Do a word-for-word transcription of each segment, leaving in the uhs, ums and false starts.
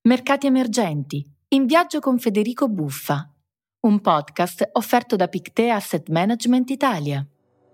Mercati emergenti, in viaggio con Federico Buffa, un podcast offerto da Pictet Asset Management Italia.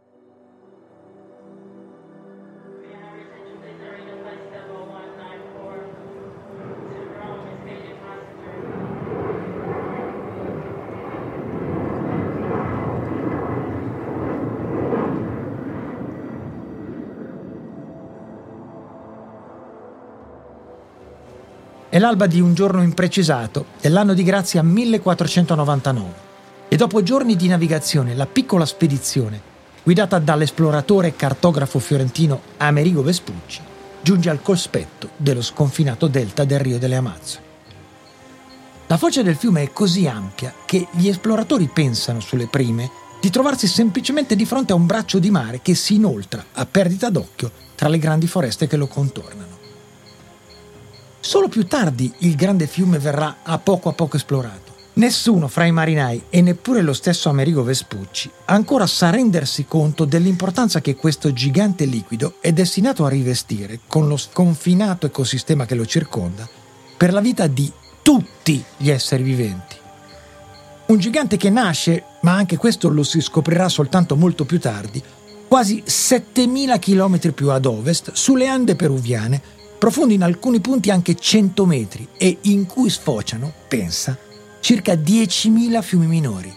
È l'alba di un giorno imprecisato dell'anno di grazia millequattrocentonovantanove e dopo giorni di navigazione la piccola spedizione, guidata dall'esploratore e cartografo fiorentino Amerigo Vespucci, giunge al cospetto dello sconfinato delta del Rio delle Amazzoni. La foce del fiume è così ampia che gli esploratori pensano, sulle prime, di trovarsi semplicemente di fronte a un braccio di mare che si inoltra a perdita d'occhio tra le grandi foreste che lo contornano. Solo più tardi il grande fiume verrà a poco a poco esplorato. Nessuno fra i marinai e neppure lo stesso Amerigo Vespucci ancora sa rendersi conto dell'importanza che questo gigante liquido è destinato a rivestire con lo sconfinato ecosistema che lo circonda per la vita di tutti gli esseri viventi. Un gigante che nasce, ma anche questo lo si scoprirà soltanto molto più tardi, quasi settemila chilometri più ad ovest sulle Ande peruviane, profondi in alcuni punti anche cento metri e in cui sfociano, pensa, circa diecimila fiumi minori.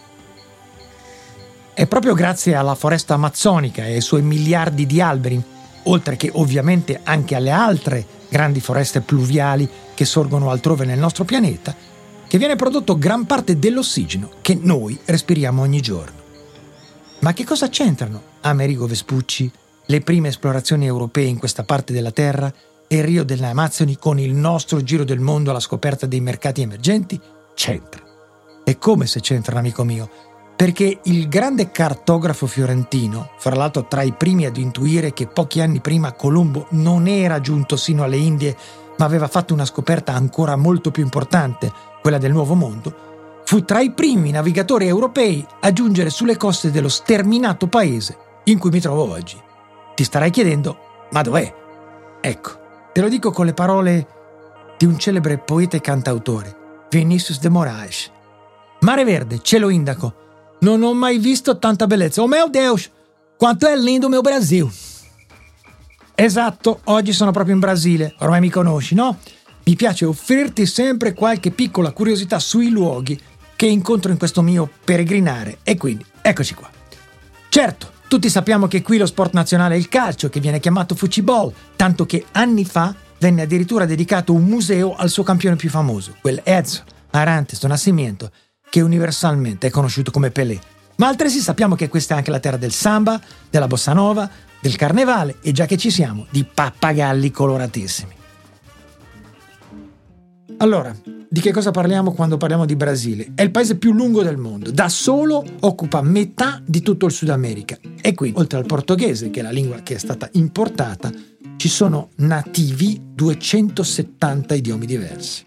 È proprio grazie alla foresta amazzonica e ai suoi miliardi di alberi, oltre che ovviamente anche alle altre grandi foreste pluviali che sorgono altrove nel nostro pianeta, che viene prodotto gran parte dell'ossigeno che noi respiriamo ogni giorno. Ma che cosa c'entrano Amerigo Vespucci, le prime esplorazioni europee in questa parte della Terra e il Rio delle Amazzoni con il nostro giro del mondo alla scoperta dei mercati emergenti? C'entra. E come se c'entra, amico mio? Perché il grande cartografo fiorentino, fra l'altro tra i primi ad intuire che pochi anni prima Colombo non era giunto sino alle Indie, ma aveva fatto una scoperta ancora molto più importante, quella del Nuovo Mondo, fu tra i primi navigatori europei a giungere sulle coste dello sterminato paese in cui mi trovo oggi. Ti starai chiedendo, ma dov'è? Ecco. Te lo dico con le parole di un celebre poeta e cantautore, Vinícius de Moraes. Mare verde, cielo indaco, non ho mai visto tanta bellezza. Oh mio Deus, quanto è lindo il mio Brasil. Esatto, oggi sono proprio in Brasile, ormai mi conosci, no? Mi piace offrirti sempre qualche piccola curiosità sui luoghi che incontro in questo mio peregrinare e quindi eccoci qua. Certo, tutti sappiamo che qui lo sport nazionale è il calcio, che viene chiamato fucibol, tanto che anni fa venne addirittura dedicato un museo al suo campione più famoso, quel Edson Arantes do Nascimento, che universalmente è conosciuto come Pelé. Ma altresì sappiamo che questa è anche la terra del samba, della bossa nova, del carnevale e, già che ci siamo, di pappagalli coloratissimi. Allora, di che cosa parliamo quando parliamo di Brasile? È il paese più lungo del mondo, da solo occupa metà di tutto il Sud America e qui, oltre al portoghese, che è la lingua che è stata importata, ci sono nativi duecentosettanta idiomi diversi.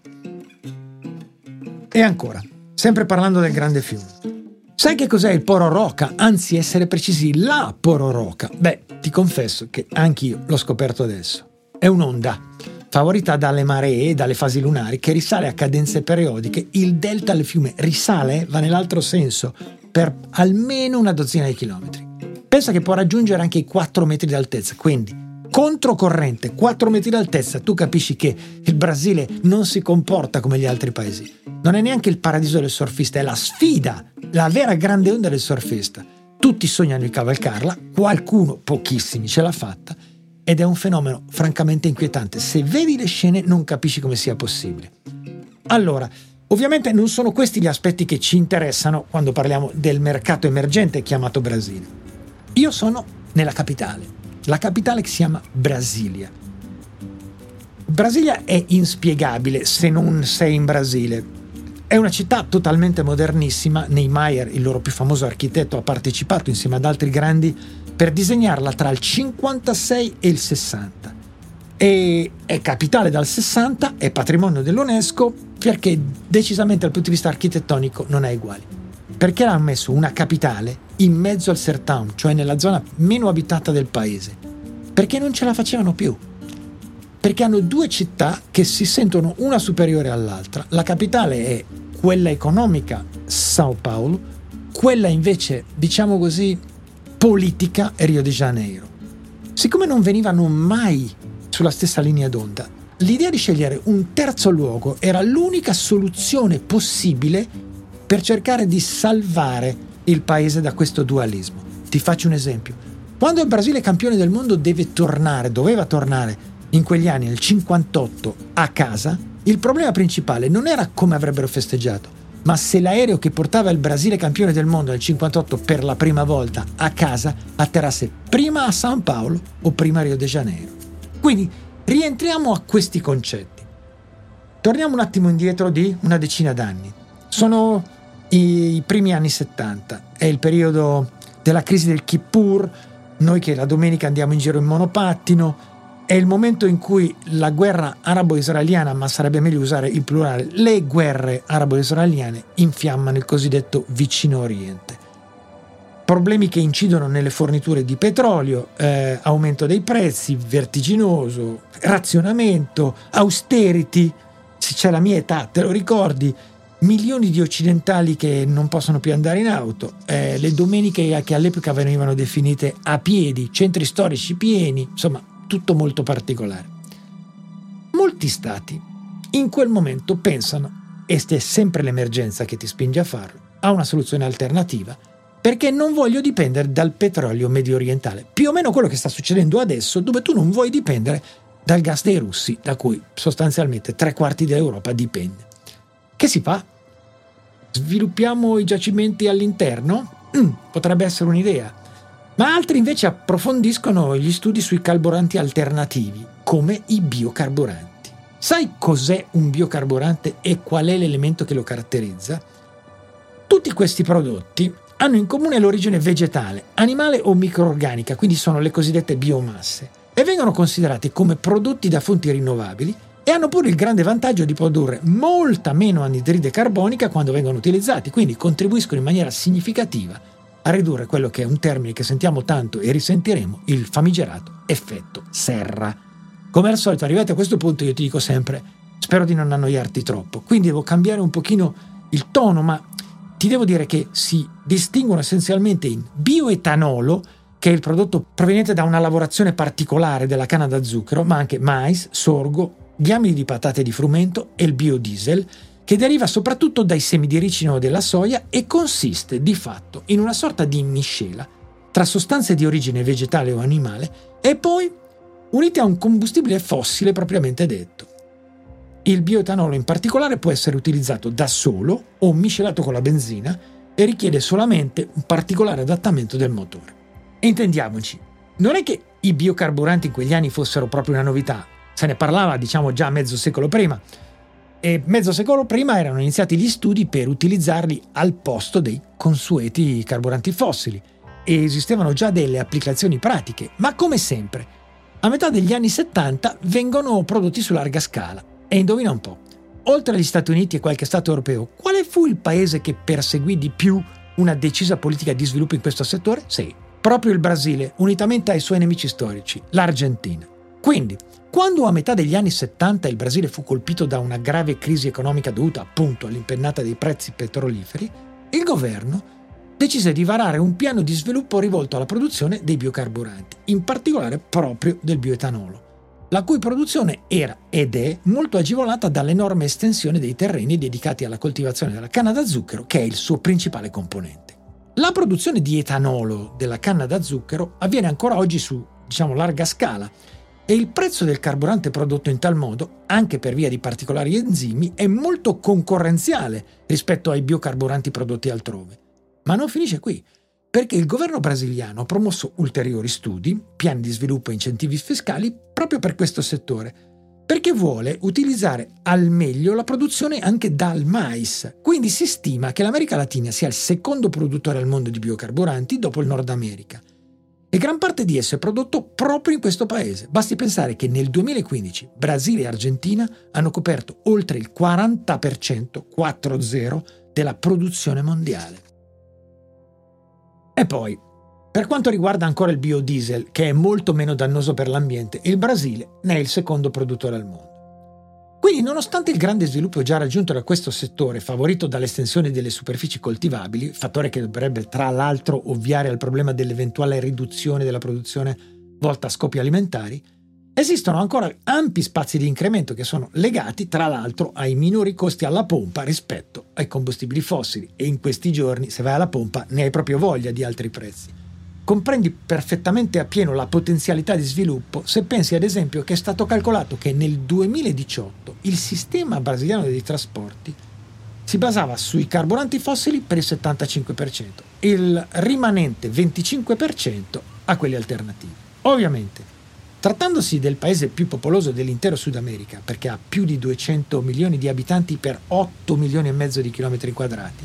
E ancora, sempre parlando del grande fiume. Sai che cos'è il Pororoca? Anzi, essere precisi, la Pororoca. Beh, ti confesso che anch'io l'ho scoperto adesso. È un'onda favorita dalle maree e dalle fasi lunari, che risale a cadenze periodiche. Il delta del fiume risale, va nell'altro senso, per almeno una dozzina di chilometri. Pensa che può raggiungere anche i quattro metri d'altezza, quindi controcorrente, quattro metri d'altezza. Tu capisci che il Brasile non si comporta come gli altri paesi. Non è neanche il paradiso del surfista, è la sfida, la vera grande onda del surfista. Tutti sognano di cavalcarla, qualcuno, pochissimi, ce l'ha fatta. Ed è un fenomeno francamente inquietante. Se vedi le scene non capisci come sia possibile. Allora, ovviamente non sono questi gli aspetti che ci interessano quando parliamo del mercato emergente chiamato Brasile. Io sono nella capitale, la capitale che si chiama Brasilia. Brasilia è inspiegabile se non sei in Brasile. È una città totalmente modernissima. Niemeyer, il loro più famoso architetto, ha partecipato insieme ad altri grandi per disegnarla tra il cinquantasei e il sessanta. E è capitale dal sessanta, è patrimonio dell'UNESCO, perché decisamente dal punto di vista architettonico non ha uguali. Perché l'hanno messo una capitale in mezzo al sertão, cioè nella zona meno abitata del paese? Perché non ce la facevano più. perché hanno due città che si sentono una superiore all'altra. La capitale è quella economica, Sao Paulo, quella invece, diciamo così, politica è Rio de Janeiro. Siccome non venivano mai sulla stessa linea d'onda, l'idea di scegliere un terzo luogo era l'unica soluzione possibile per cercare di salvare il paese da questo dualismo. Ti faccio un esempio. Quando il Brasile campione del mondo deve tornare, doveva tornare in quegli anni, nel cinquantotto, a casa, il problema principale non era come avrebbero festeggiato, ma se l'aereo che portava il Brasile campione del mondo nel cinquantotto per la prima volta a casa atterrasse prima a San Paolo o prima a Rio de Janeiro. Quindi rientriamo a questi concetti. Torniamo un attimo indietro di una decina d'anni. Sono i, i primi anni settanta, è il periodo della crisi del Kippur, noi che la domenica andiamo in giro in monopattino. È il momento in cui la guerra arabo-israeliana, ma sarebbe meglio usare il plurale, le guerre arabo-israeliane infiammano il cosiddetto Vicino Oriente. Problemi che incidono nelle forniture di petrolio, eh, aumento dei prezzi, vertiginoso, razionamento, austerity, se c'è la mia età te lo ricordi, milioni di occidentali che non possono più andare in auto, eh, le domeniche che all'epoca venivano definite a piedi, centri storici pieni, insomma tutto molto particolare. Molti stati in quel momento pensano, e è sempre l'emergenza che ti spinge a farlo, a una soluzione alternativa, perché non voglio dipendere dal petrolio medio orientale, più o meno quello che sta succedendo adesso, dove tu non vuoi dipendere dal gas dei russi, da cui sostanzialmente tre quarti dell'Europa dipende. Che si fa? Sviluppiamo i giacimenti all'interno? Mm, potrebbe essere un'idea. Ma altri invece approfondiscono gli studi sui carburanti alternativi, come i biocarburanti. Sai cos'è un biocarburante e qual è l'elemento che lo caratterizza? Tutti questi prodotti hanno in comune l'origine vegetale, animale o microorganica, quindi sono le cosiddette biomasse, e vengono considerati come prodotti da fonti rinnovabili e hanno pure il grande vantaggio di produrre molta meno anidride carbonica quando vengono utilizzati, quindi contribuiscono in maniera significativa a ridurre quello che è un termine che sentiamo tanto e risentiremo, il famigerato effetto serra. Come al solito, arrivati a questo punto, io ti dico sempre, spero di non annoiarti troppo, quindi devo cambiare un pochino il tono, ma ti devo dire che si distinguono essenzialmente in bioetanolo, che è il prodotto proveniente da una lavorazione particolare della canna da zucchero, ma anche mais, sorgo, ghiamini di patate di frumento e il biodiesel, che deriva soprattutto dai semi di ricino della soia e consiste di fatto in una sorta di miscela tra sostanze di origine vegetale o animale e poi unite a un combustibile fossile propriamente detto. Il bioetanolo in particolare può essere utilizzato da solo o miscelato con la benzina e richiede solamente un particolare adattamento del motore. E intendiamoci, non è che i biocarburanti in quegli anni fossero proprio una novità, se ne parlava diciamo già mezzo secolo prima, e mezzo secolo prima erano iniziati gli studi per utilizzarli al posto dei consueti carburanti fossili e esistevano già delle applicazioni pratiche, ma come sempre, a metà degli anni settanta vengono prodotti su larga scala. E indovina un po', oltre agli Stati Uniti e qualche Stato europeo, quale fu il paese che perseguì di più una decisa politica di sviluppo in questo settore? Sì, proprio il Brasile, unitamente ai suoi nemici storici, l'Argentina. Quindi, quando a metà degli anni settanta il Brasile fu colpito da una grave crisi economica dovuta appunto all'impennata dei prezzi petroliferi, il governo decise di varare un piano di sviluppo rivolto alla produzione dei biocarburanti, in particolare proprio del bioetanolo, la cui produzione era ed è molto agevolata dall'enorme estensione dei terreni dedicati alla coltivazione della canna da zucchero, che è il suo principale componente. La produzione di etanolo della canna da zucchero avviene ancora oggi su, diciamo, larga scala, e il prezzo del carburante prodotto in tal modo, anche per via di particolari enzimi, è molto concorrenziale rispetto ai biocarburanti prodotti altrove. Ma non finisce qui, perché il governo brasiliano ha promosso ulteriori studi, piani di sviluppo e incentivi fiscali proprio per questo settore, perché vuole utilizzare al meglio la produzione anche dal mais. Quindi si stima che l'America Latina sia il secondo produttore al mondo di biocarburanti dopo il Nord America. E gran parte di esso è prodotto proprio in questo paese. Basti pensare che nel duemilaquindici Brasile e Argentina hanno coperto oltre il quaranta per cento, quattro zero, della produzione mondiale. E poi, Per quanto riguarda ancora il biodiesel, che è molto meno dannoso per l'ambiente, il Brasile ne è il secondo produttore al mondo. Quindi, nonostante il grande sviluppo già raggiunto da questo settore, favorito dall'estensione delle superfici coltivabili, fattore che dovrebbe tra l'altro ovviare al problema dell'eventuale riduzione della produzione volta a scopi alimentari, esistono ancora ampi spazi di incremento che sono legati tra l'altro ai minori costi alla pompa rispetto ai combustibili fossili, e in questi giorni se vai alla pompa ne hai proprio voglia di altri prezzi. Comprendi perfettamente appieno la potenzialità di sviluppo se pensi ad esempio che è stato calcolato che nel duemiladiciotto il sistema brasiliano dei trasporti si basava sui carburanti fossili per il settantacinque per cento e il rimanente venticinque per cento a quelli alternativi. Ovviamente, trattandosi del paese più popoloso dell'intero Sud America, perché ha più di duecento milioni di abitanti per otto milioni e mezzo di chilometri quadrati,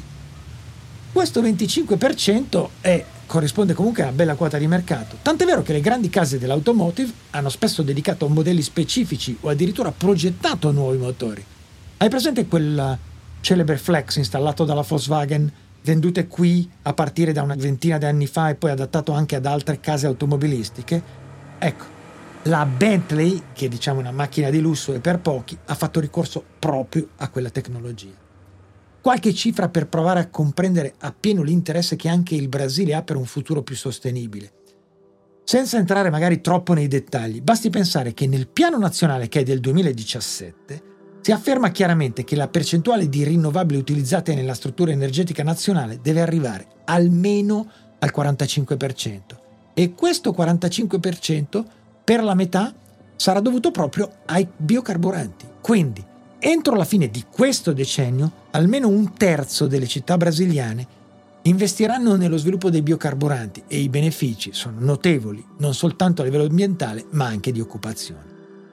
questo venticinque per cento è, corrisponde comunque a una bella quota di mercato. Tant'è vero che le grandi case dell'automotive hanno spesso dedicato modelli specifici o addirittura progettato nuovi motori. Hai presente quel celebre Flex installato dalla Volkswagen, vendute qui a partire da una ventina di anni fa e poi adattato anche ad altre case automobilistiche? Ecco, la Bentley, che è diciamo una macchina di lusso e per pochi, ha fatto ricorso proprio a quella tecnologia. Qualche cifra per provare a comprendere appieno l'interesse che anche il Brasile ha per un futuro più sostenibile. Senza entrare magari troppo nei dettagli, basti pensare che nel piano nazionale, che è del duemiladiciassette, si afferma chiaramente che la percentuale di rinnovabili utilizzate nella struttura energetica nazionale deve arrivare almeno al quarantacinque per cento. E questo quarantacinque per cento, per la metà, sarà dovuto proprio ai biocarburanti. Quindi, entro la fine di questo decennio, almeno un terzo delle città brasiliane investiranno nello sviluppo dei biocarburanti e i benefici sono notevoli, non soltanto a livello ambientale, ma anche di occupazione.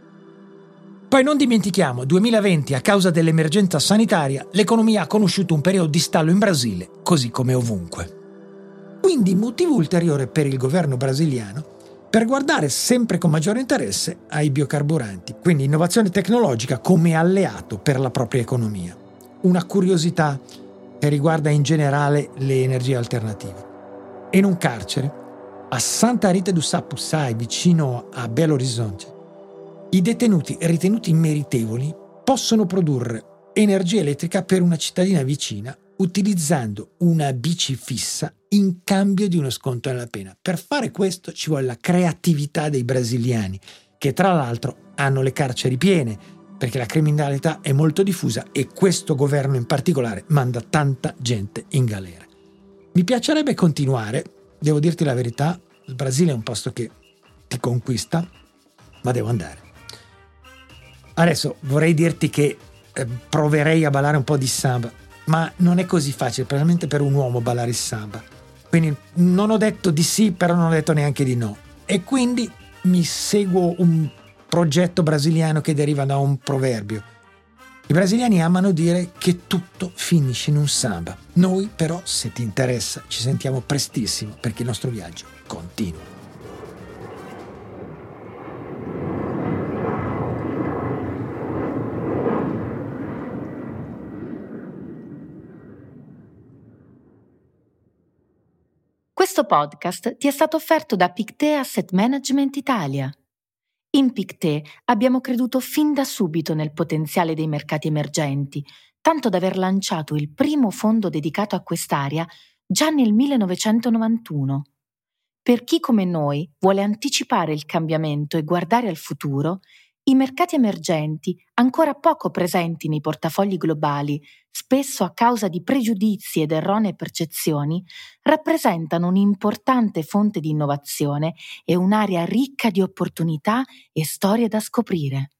Poi non dimentichiamo, duemilaventi, a causa dell'emergenza sanitaria, l'economia ha conosciuto un periodo di stallo in Brasile, così come ovunque. Quindi motivo ulteriore per il governo brasiliano per guardare sempre con maggiore interesse ai biocarburanti, quindi innovazione tecnologica come alleato per la propria economia. Una curiosità che riguarda in generale le energie alternative. In un carcere, a Santa Rita do Sapucaí, vicino a Belo Horizonte, i detenuti ritenuti meritevoli possono produrre energia elettrica per una cittadina vicina utilizzando una bici fissa in cambio di uno sconto nella pena. Per fare questo ci vuole la creatività dei brasiliani, che tra l'altro hanno le carceri piene, perché la criminalità è molto diffusa e questo governo in particolare manda tanta gente in galera. Mi piacerebbe continuare, devo dirti la verità, il Brasile è un posto che ti conquista, ma devo andare. Adesso vorrei dirti che eh, proverei a ballare un po' di samba, ma non è così facile, probabilmente per un uomo ballare il samba. Quindi non ho detto di sì, però non ho detto neanche di no. E quindi mi seguo un progetto brasiliano che deriva da un proverbio. I brasiliani amano dire che tutto finisce in un samba. Noi però, se ti interessa, ci sentiamo prestissimo perché il nostro viaggio continua. Questo podcast ti è stato offerto da Pictet Asset Management Italia. In Pictet abbiamo creduto fin da subito nel potenziale dei mercati emergenti, tanto da aver lanciato il primo fondo dedicato a quest'area già nel millenovecentonovantuno. Per chi come noi vuole anticipare il cambiamento e guardare al futuro, i mercati emergenti, ancora poco presenti nei portafogli globali, spesso a causa di pregiudizi ed erronee percezioni, rappresentano un'importante fonte di innovazione e un'area ricca di opportunità e storie da scoprire.